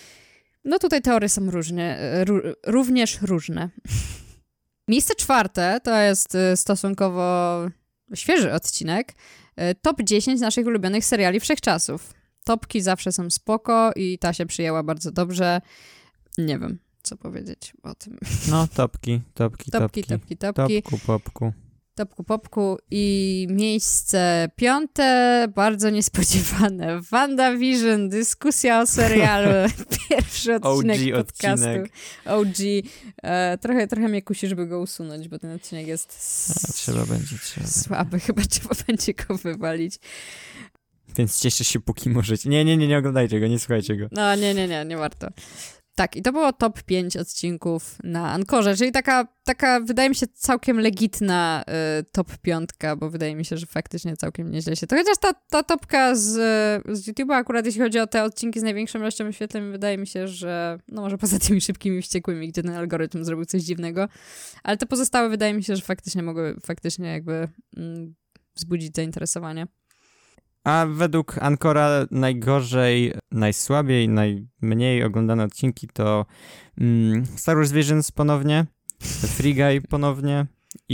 No tutaj teorie są różne, y, również różne. Miejsce czwarte to jest stosunkowo świeży odcinek. Top dziesięć naszych ulubionych seriali wszechczasów. Topki zawsze są spoko i ta się przyjęła bardzo dobrze. Nie wiem, co powiedzieć o tym. No, topki, topki, topki. Topki, topki, topki. Topku, popku. Topku, popku. I miejsce piąte, bardzo niespodziewane. WandaVision, dyskusja o serialu. Pierwszy odcinek O G podcastu. Odcinek. O G. E, trochę, trochę mnie kusi, żeby go usunąć, bo ten odcinek jest s- A, trzeba będzie, trzeba słaby. Chyba trzeba będzie go wywalić. Więc cieszę się, póki możecie. Nie, nie, nie, nie oglądajcie go, nie słuchajcie go. No, nie, nie, nie, nie warto. Tak, i to było top pięć odcinków na Ankorze, czyli taka, taka wydaje mi się, całkiem legitna y, top piątka, bo wydaje mi się, że faktycznie całkiem nieźle się to. Chociaż ta, ta topka z, z YouTube'a akurat, jeśli chodzi o te odcinki z największą ilością wyświetleń, wydaje mi się, że no może poza tymi szybkimi wściekłymi, gdzie ten algorytm zrobił coś dziwnego, ale te pozostałe wydaje mi się, że faktycznie mogły faktycznie jakby mm, wzbudzić zainteresowanie. A według Ankora najgorzej, najsłabiej, najmniej oglądane odcinki to mm, Star Wars Visions ponownie, Free Guy ponownie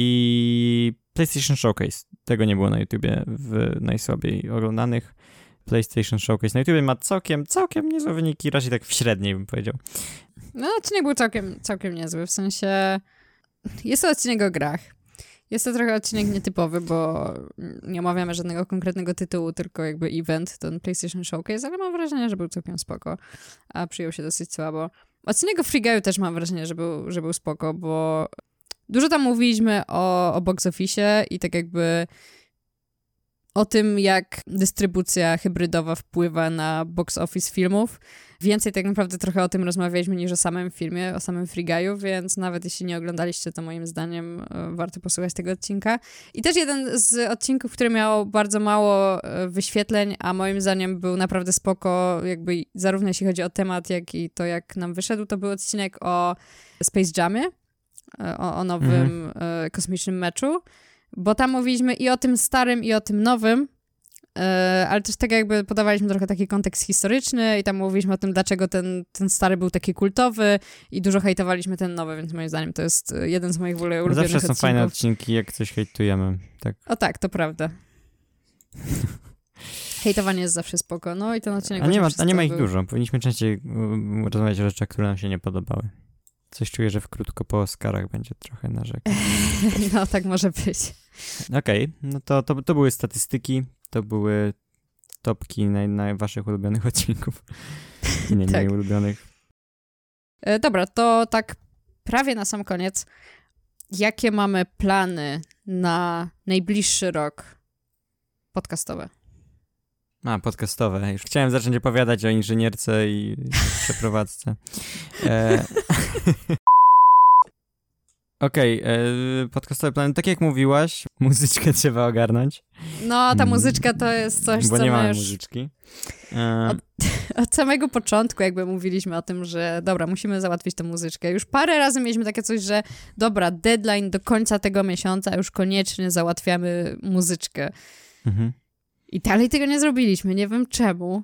i PlayStation Showcase. Tego nie było na YouTubie w najsłabiej oglądanych. PlayStation Showcase na YouTubie ma całkiem, całkiem niezłe wyniki, raczej tak w średniej bym powiedział. No odcinek był całkiem, całkiem niezły, w sensie jest to odcinek o grach. Jest to trochę odcinek nietypowy, bo nie omawiamy żadnego konkretnego tytułu, tylko jakby event, ten PlayStation Showcase, ale mam wrażenie, że był całkiem spoko, a przyjął się dosyć słabo. Odcinek o Free Guy'u też mam wrażenie, że był, że był spoko, bo dużo tam mówiliśmy o, o box office i tak jakby o tym, jak dystrybucja hybrydowa wpływa na box office filmów. Więcej tak naprawdę trochę o tym rozmawialiśmy niż o samym filmie, o samym Free Guy'u, więc nawet jeśli nie oglądaliście, to moim zdaniem warto posłuchać tego odcinka. I też jeden z odcinków, który miał bardzo mało wyświetleń, a moim zdaniem był naprawdę spoko, jakby zarówno jeśli chodzi o temat, jak i to, jak nam wyszedł, to był odcinek o Space Jamie, o, o nowym mhm. kosmicznym meczu, bo tam mówiliśmy i o tym starym, i o tym nowym, ale też tak jakby podawaliśmy trochę taki kontekst historyczny i tam mówiliśmy o tym, dlaczego ten, ten stary był taki kultowy i dużo hejtowaliśmy ten nowy, więc moim zdaniem to jest jeden z moich w ogóle ulubionych Zawsze są odcinków. fajne odcinki, jak coś hejtujemy. Tak. O tak, to prawda. Hejtowanie jest zawsze spoko. No i ten odcinek... A nie ma, a nie ma ich był... dużo. Powinniśmy częściej um, rozmawiać o rzeczach, które nam się nie podobały. Coś czuję, że wkrótko po Oscarach będzie trochę narzekać. No, tak może być. Okej, okay, no to, to, to były statystyki, to były topki naj, naj waszych ulubionych odcinków. Nie, nie tak. ulubionych. E, dobra, to tak prawie na sam koniec. Jakie mamy plany na najbliższy rok podcastowe? A, podcastowe. Już chciałem zacząć opowiadać o inżynierce i przeprowadzce. E... Okej, okay, podcastowe plany. Tak jak mówiłaś, muzyczkę trzeba ogarnąć. No, ta muzyczka to jest coś, Bo co nie mamy już... muzyczki. E... Od, od samego początku jakby mówiliśmy o tym, że dobra, musimy załatwić tę muzyczkę. Już parę razy mieliśmy takie coś, że dobra, deadline do końca tego miesiąca, już koniecznie załatwiamy muzyczkę. Mhm. I dalej tego nie zrobiliśmy, nie wiem czemu.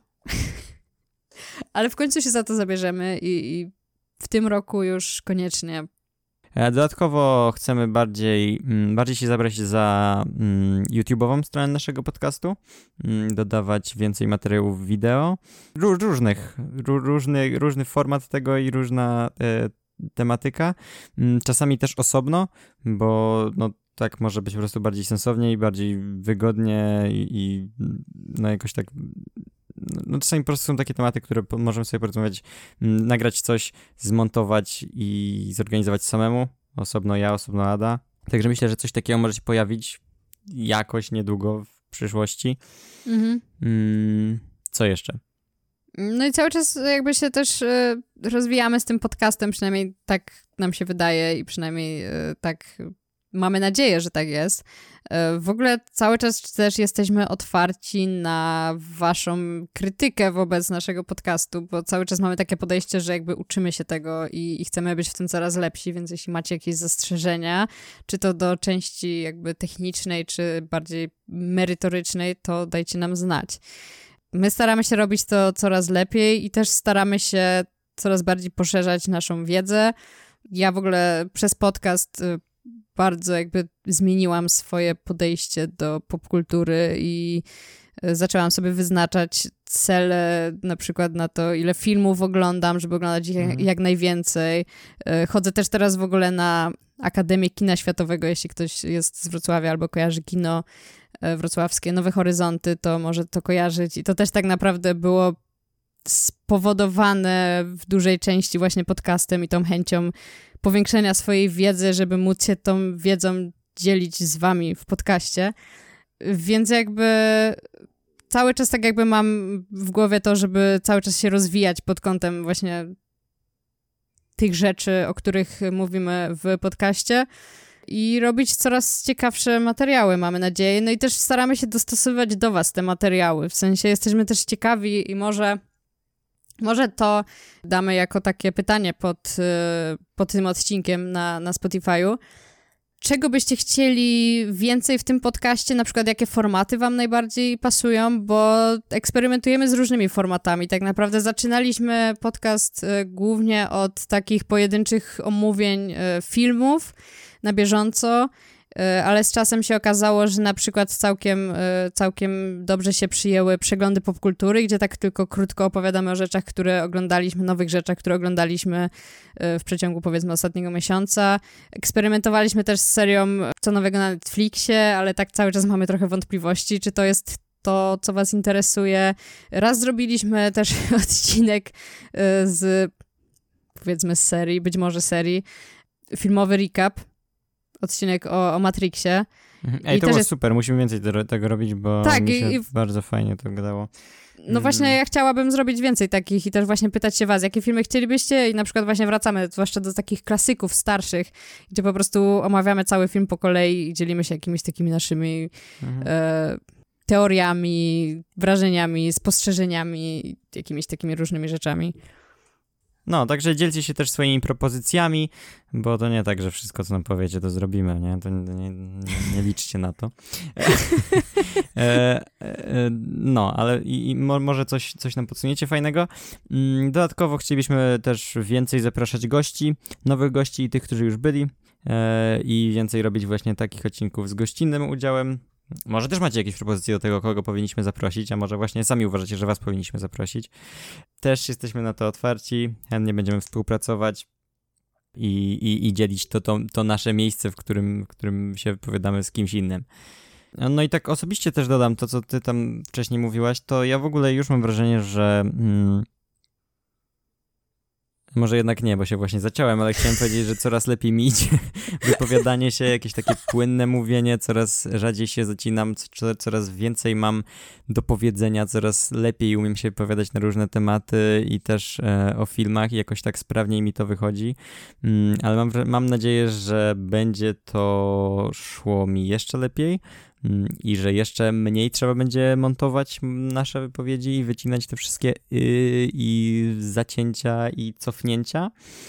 Ale w końcu się za to zabierzemy i, i w tym roku już koniecznie. Dodatkowo chcemy bardziej, bardziej się zabrać za YouTube'ową stronę naszego podcastu, dodawać więcej materiałów wideo, Ró- różnych, ró- różny, różny format tego i różna e, tematyka, czasami też osobno, bo no, tak może być po prostu bardziej sensownie i bardziej wygodnie i, i no jakoś tak... No czasami po prostu są takie tematy, które możemy sobie porozmawiać, nagrać coś, zmontować i zorganizować samemu. Osobno ja, osobno Ada. Także myślę, że coś takiego może się pojawić jakoś niedługo w przyszłości. Mhm. Mm, co jeszcze? No i cały czas jakby się też y, rozwijamy z tym podcastem, przynajmniej tak nam się wydaje i przynajmniej y, tak... Mamy nadzieję, że tak jest. W ogóle cały czas też jesteśmy otwarci na waszą krytykę wobec naszego podcastu, bo cały czas mamy takie podejście, że jakby uczymy się tego i, i chcemy być w tym coraz lepsi, więc jeśli macie jakieś zastrzeżenia, czy to do części jakby technicznej, czy bardziej merytorycznej, to dajcie nam znać. My staramy się robić to coraz lepiej i też staramy się coraz bardziej poszerzać naszą wiedzę. Ja w ogóle przez podcast bardzo jakby zmieniłam swoje podejście do popkultury i zaczęłam sobie wyznaczać cele na przykład na to, ile filmów oglądam, żeby oglądać ich mhm. jak najwięcej. Chodzę też teraz w ogóle na Akademię Kina Światowego, jeśli ktoś jest z Wrocławia albo kojarzy kino wrocławskie, Nowe Horyzonty, to może to kojarzyć. I to też tak naprawdę było spowodowane w dużej części właśnie podcastem i tą chęcią powiększenia swojej wiedzy, żeby móc się tą wiedzą dzielić z wami w podcaście. Więc jakby cały czas tak jakby mam w głowie to, żeby cały czas się rozwijać pod kątem właśnie tych rzeczy, o których mówimy w podcaście i robić coraz ciekawsze materiały, mamy nadzieję. No i też staramy się dostosowywać do was te materiały. W sensie jesteśmy też ciekawi i może... Może to damy jako takie pytanie pod, pod tym odcinkiem na, na Spotify'u. Czego byście chcieli więcej w tym podcaście? Na przykład jakie formaty wam najbardziej pasują? Bo eksperymentujemy z różnymi formatami. Tak naprawdę zaczynaliśmy podcast głównie od takich pojedynczych omówień filmów na bieżąco, ale z czasem się okazało, że na przykład całkiem, całkiem dobrze się przyjęły przeglądy popkultury, gdzie tak tylko krótko opowiadamy o rzeczach, które oglądaliśmy, nowych rzeczach, które oglądaliśmy w przeciągu powiedzmy ostatniego miesiąca. Eksperymentowaliśmy też z serią co nowego na Netflixie, ale tak cały czas mamy trochę wątpliwości, czy to jest to, co was interesuje. Raz zrobiliśmy też odcinek z powiedzmy z serii, być może serii, filmowy recap, odcinek o, o Matrixie Ej, I to było jest... super, musimy więcej tego, tego robić, bo tak, mi się i... bardzo fajnie to gadało. No właśnie ja chciałabym zrobić więcej takich i też właśnie pytać się was, jakie filmy chcielibyście i na przykład właśnie wracamy zwłaszcza do takich klasyków starszych, gdzie po prostu omawiamy cały film po kolei i dzielimy się jakimiś takimi naszymi mhm. e, teoriami, wrażeniami, spostrzeżeniami, jakimiś takimi różnymi rzeczami. No, także dzielcie się też swoimi propozycjami, bo to nie tak, że wszystko, co nam powiecie, to zrobimy, nie? To nie, nie, nie liczcie na to. e, e, no, ale i, i mo, może coś, coś nam podsuniecie fajnego. Dodatkowo chcielibyśmy też więcej zapraszać gości, nowych gości i tych, którzy już byli e, i więcej robić właśnie takich odcinków z gościnnym udziałem. Może też macie jakieś propozycje do tego, kogo powinniśmy zaprosić, a może właśnie sami uważacie, że was powinniśmy zaprosić. Też jesteśmy na to otwarci, chętnie będziemy współpracować i, i, i dzielić to, to, to nasze miejsce, w którym, w którym się wypowiadamy z kimś innym. No i tak osobiście też dodam to, co ty tam wcześniej mówiłaś, to ja w ogóle już mam wrażenie, że... Mm, może jednak nie, bo się właśnie zaciąłem, ale chciałem powiedzieć, że coraz lepiej mi idzie wypowiadanie się, jakieś takie płynne mówienie, coraz rzadziej się zacinam, coraz więcej mam do powiedzenia, coraz lepiej umiem się wypowiadać na różne tematy i też e, o filmach i jakoś tak sprawniej mi to wychodzi, mm, ale mam, mam nadzieję, że będzie to szło mi jeszcze lepiej i że jeszcze mniej trzeba będzie montować nasze wypowiedzi i wycinać te wszystkie y i zacięcia i cofnięcia.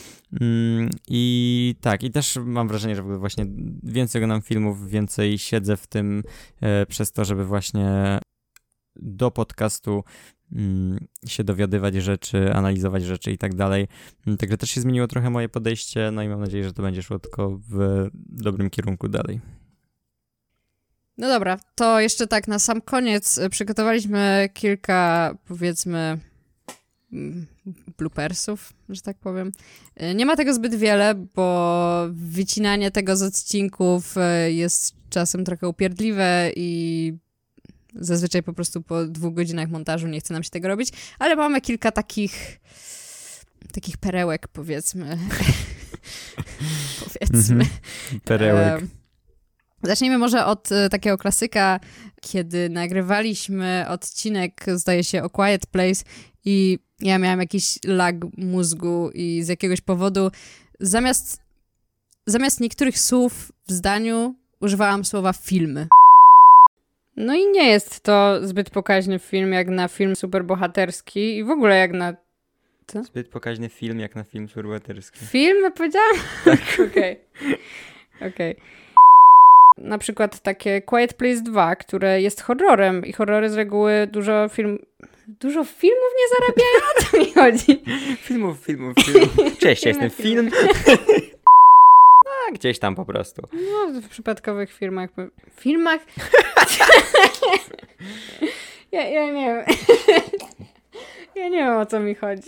I tak, i też mam wrażenie, że w ogóle właśnie więcej oglądam filmów, więcej siedzę w tym e, przez to, żeby właśnie do podcastu mm, się dowiadywać rzeczy, analizować rzeczy i tak dalej. Także też się zmieniło trochę moje podejście, no i mam nadzieję, że to będzie szło tylko w dobrym kierunku dalej. No dobra, to jeszcze tak na sam koniec przygotowaliśmy kilka, powiedzmy, bloopersów, że tak powiem. Nie ma tego zbyt wiele, bo wycinanie tego z odcinków jest czasem trochę upierdliwe i zazwyczaj po prostu po dwóch godzinach montażu nie chce nam się tego robić, ale mamy kilka takich takich perełek, powiedzmy. powiedzmy. Perełek. Zacznijmy może od y, takiego klasyka, kiedy nagrywaliśmy odcinek, zdaje się, o Quiet Place i ja miałam jakiś lag mózgu i z jakiegoś powodu zamiast, zamiast niektórych słów w zdaniu używałam słowa filmy. No i nie jest to zbyt pokaźny film jak na film superbohaterski i w ogóle jak na... Co? Zbyt pokaźny film jak na film superbohaterski. Film? Powiedziałam? Tak. Okej. Okay. Okej. Okay. Na przykład takie Quiet Place dwa, które jest horrorem i horrory z reguły dużo film... Dużo filmów nie zarabiają? O co mi chodzi? Filmów, filmów, filmów. Cześć, ja jestem film. A, gdzieś tam po prostu. No, w przypadkowych filmach... Filmach? ja, ja nie wiem. ja nie wiem, o co mi chodzi.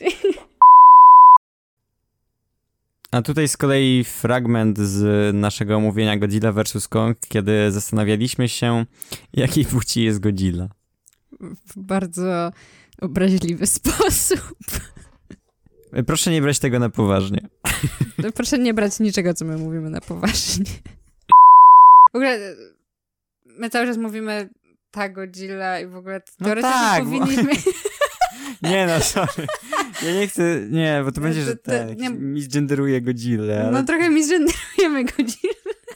A tutaj z kolei fragment z naszego omówienia Godzilla versus. Kong, kiedy zastanawialiśmy się, jakiej płci jest Godzilla. W bardzo obraźliwy sposób. Proszę nie brać tego na poważnie. Proszę nie brać niczego, co my mówimy na poważnie. W ogóle my cały czas mówimy ta Godzilla i w ogóle teoretycznie no tak, powinniśmy... Bo... nie no, sorry. Ja nie chcę, nie, bo to będzie, że tak, nie... misgenderuję Godzillę. Ale... No trochę misgenderujemy Godzillę.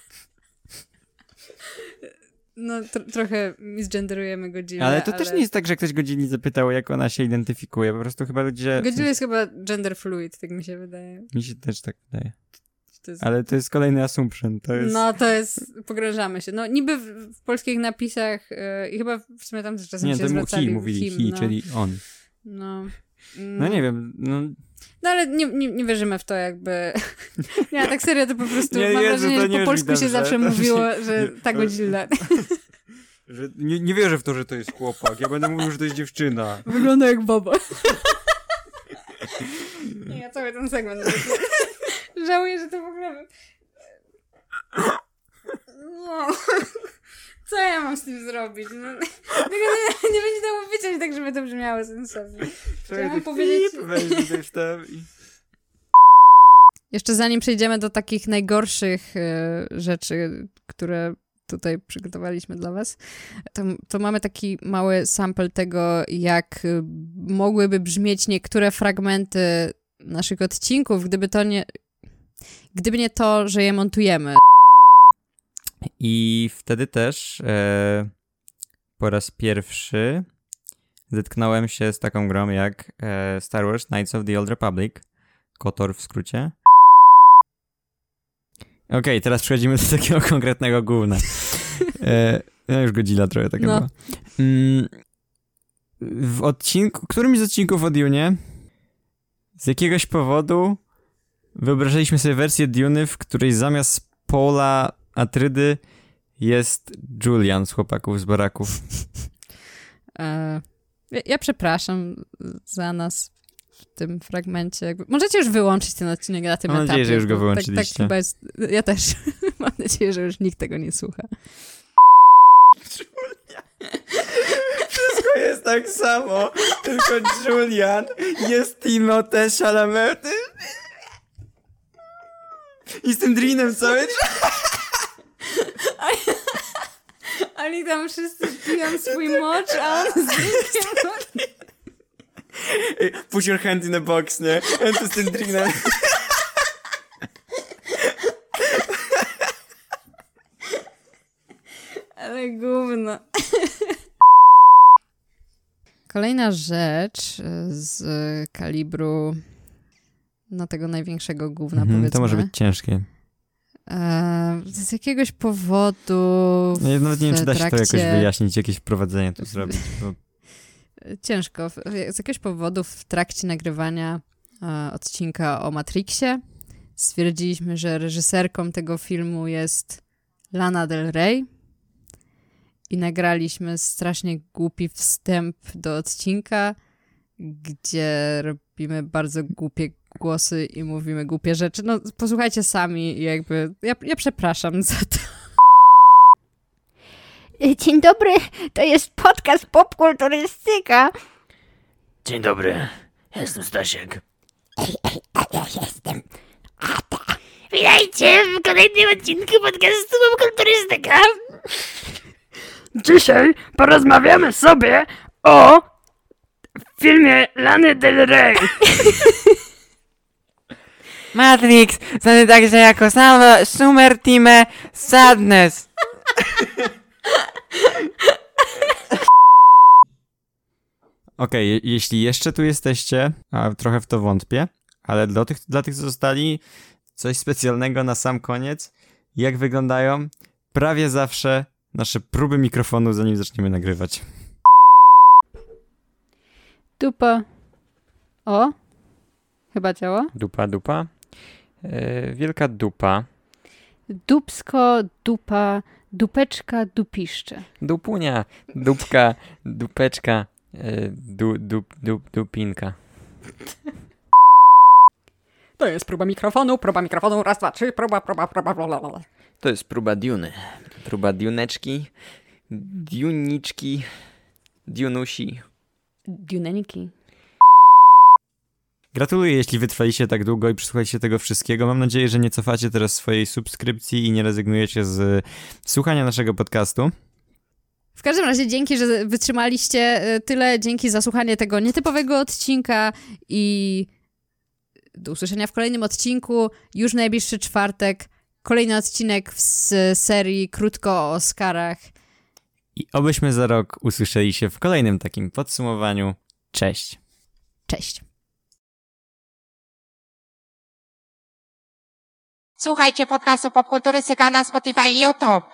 No tro- trochę misgenderujemy Godzillę, ale to ale... też nie jest tak, że ktoś Godzilli zapytał, jak ona się identyfikuje, po prostu chyba ludzie... Godzilla jest chyba gender fluid, tak mi się wydaje. Mi się też tak wydaje. To jest... Ale to jest kolejny assumption, to jest... No to jest, pogrążamy się. No niby w, w polskich napisach yy, i chyba w sumie tam też czasem nie, się to zwracali. Nie, mówili him, he, no. czyli on. No. Mm. No nie wiem, no... No ale nie, nie, nie wierzymy w to jakby... nie, tak serio to po prostu nie, mam Jezu, wrażenie, że po polsku dobrze, się zawsze mówiło, że ta Godzilla. Że nie, nie wierzę w to, że to jest chłopak. Ja będę mówił, że to jest dziewczyna. Wygląda jak baba. nie, ja cały ten segment żałuję, że to w ogóle... No. Co ja mam z tym zrobić? No, nie, nie będzie dało wyciąć tak, żeby to brzmiało sensownie. Chciałam powiedzieć... Weź tam i... Jeszcze zanim przejdziemy do takich najgorszych y, rzeczy, które tutaj przygotowaliśmy dla was, to, to mamy taki mały sample tego, jak mogłyby brzmieć niektóre fragmenty naszych odcinków, gdyby to nie, gdyby nie to, że je montujemy. I wtedy też e, po raz pierwszy zetknąłem się z taką grą jak e, Star Wars Knights of the Old Republic, KOTOR w skrócie. Okej, okay, teraz przechodzimy do takiego konkretnego gówna. E, no już Godzilla trochę taka no. była. Mm, w odcinku, którymś z odcinków o Dune z jakiegoś powodu wyobrażaliśmy sobie wersję Duny, w której zamiast Paula Atrydy jest Julian z Chłopaków z Baraków. E, ja, ja przepraszam za nas w tym fragmencie. Możecie już wyłączyć ten odcinek na tym Mam etapie. nadzieję, że już go tak, wyłączyliście. tak chyba jest, ja też. Mam nadzieję, że już nikt tego nie słucha. Wszystko jest tak samo, tylko Julian jest Timothée Chalamet i z tym Drinem cały czas. Oni tam wszyscy piją swój mocz, a on z drinkiem. Put your hand in a box, nie? On to z tym Drinem. Ale gówno. Kolejna rzecz z kalibru no tego największego gówna, Mhm, powiedzmy. to może być ciężkie. E, z jakiegoś powodu No, ja nawet nie wiem, czy da się trakcie... to jakoś wyjaśnić, jakieś wprowadzenie tu zrobić. Bo... Ciężko. Z jakiegoś powodu w trakcie nagrywania e, odcinka o Matrixie stwierdziliśmy, że reżyserką tego filmu jest Lana Del Rey i nagraliśmy strasznie głupi wstęp do odcinka, gdzie robimy bardzo głupie głosy i mówimy głupie rzeczy. No, posłuchajcie sami i jakby... Ja, ja przepraszam za to. Dzień dobry, to jest podcast Popkulturystyka. Dzień dobry, ja jestem Stasiek. Ej, ej, a ja jestem Ada. Witajcie w kolejnym odcinku podcastu Popkulturystyka. Dzisiaj porozmawiamy sobie o filmie Lany Del Rey. Matrix, znany także jako samo Summer Time Sadness. Okej, okay, jeśli jeszcze tu jesteście, a trochę w to wątpię, ale dla tych, dla tych, co zostali, coś specjalnego na sam koniec. Jak wyglądają prawie zawsze nasze próby mikrofonu, zanim zaczniemy nagrywać. Dupa. O, chyba działa. Dupa, dupa. Yy, wielka dupa. Dupsko, dupa, dupeczka, dupiszcze. Dupunia, dupka, dupeczka, yy, du, dup, dup, dupinka. To jest próba mikrofonu, próba mikrofonu, raz, dwa, trzy, próba, próba, próba, blablabla. To jest próba Duny. Próba Duneczki, Duniczki, Dunusi. Duneniki. Gratuluję, jeśli wytrwaliście tak długo i przysłuchaliście tego wszystkiego. Mam nadzieję, że nie cofacie teraz swojej subskrypcji i nie rezygnujecie z słuchania naszego podcastu. W każdym razie dzięki, że wytrzymaliście tyle, dzięki za słuchanie tego nietypowego odcinka i do usłyszenia w kolejnym odcinku. Już najbliższy czwartek kolejny odcinek z serii Krótko o Oscarach. I obyśmy za rok usłyszeli się w kolejnym takim podsumowaniu. Cześć. Cześć. Słuchajcie podcastu Popkulturystyka na Spotify i YouTube.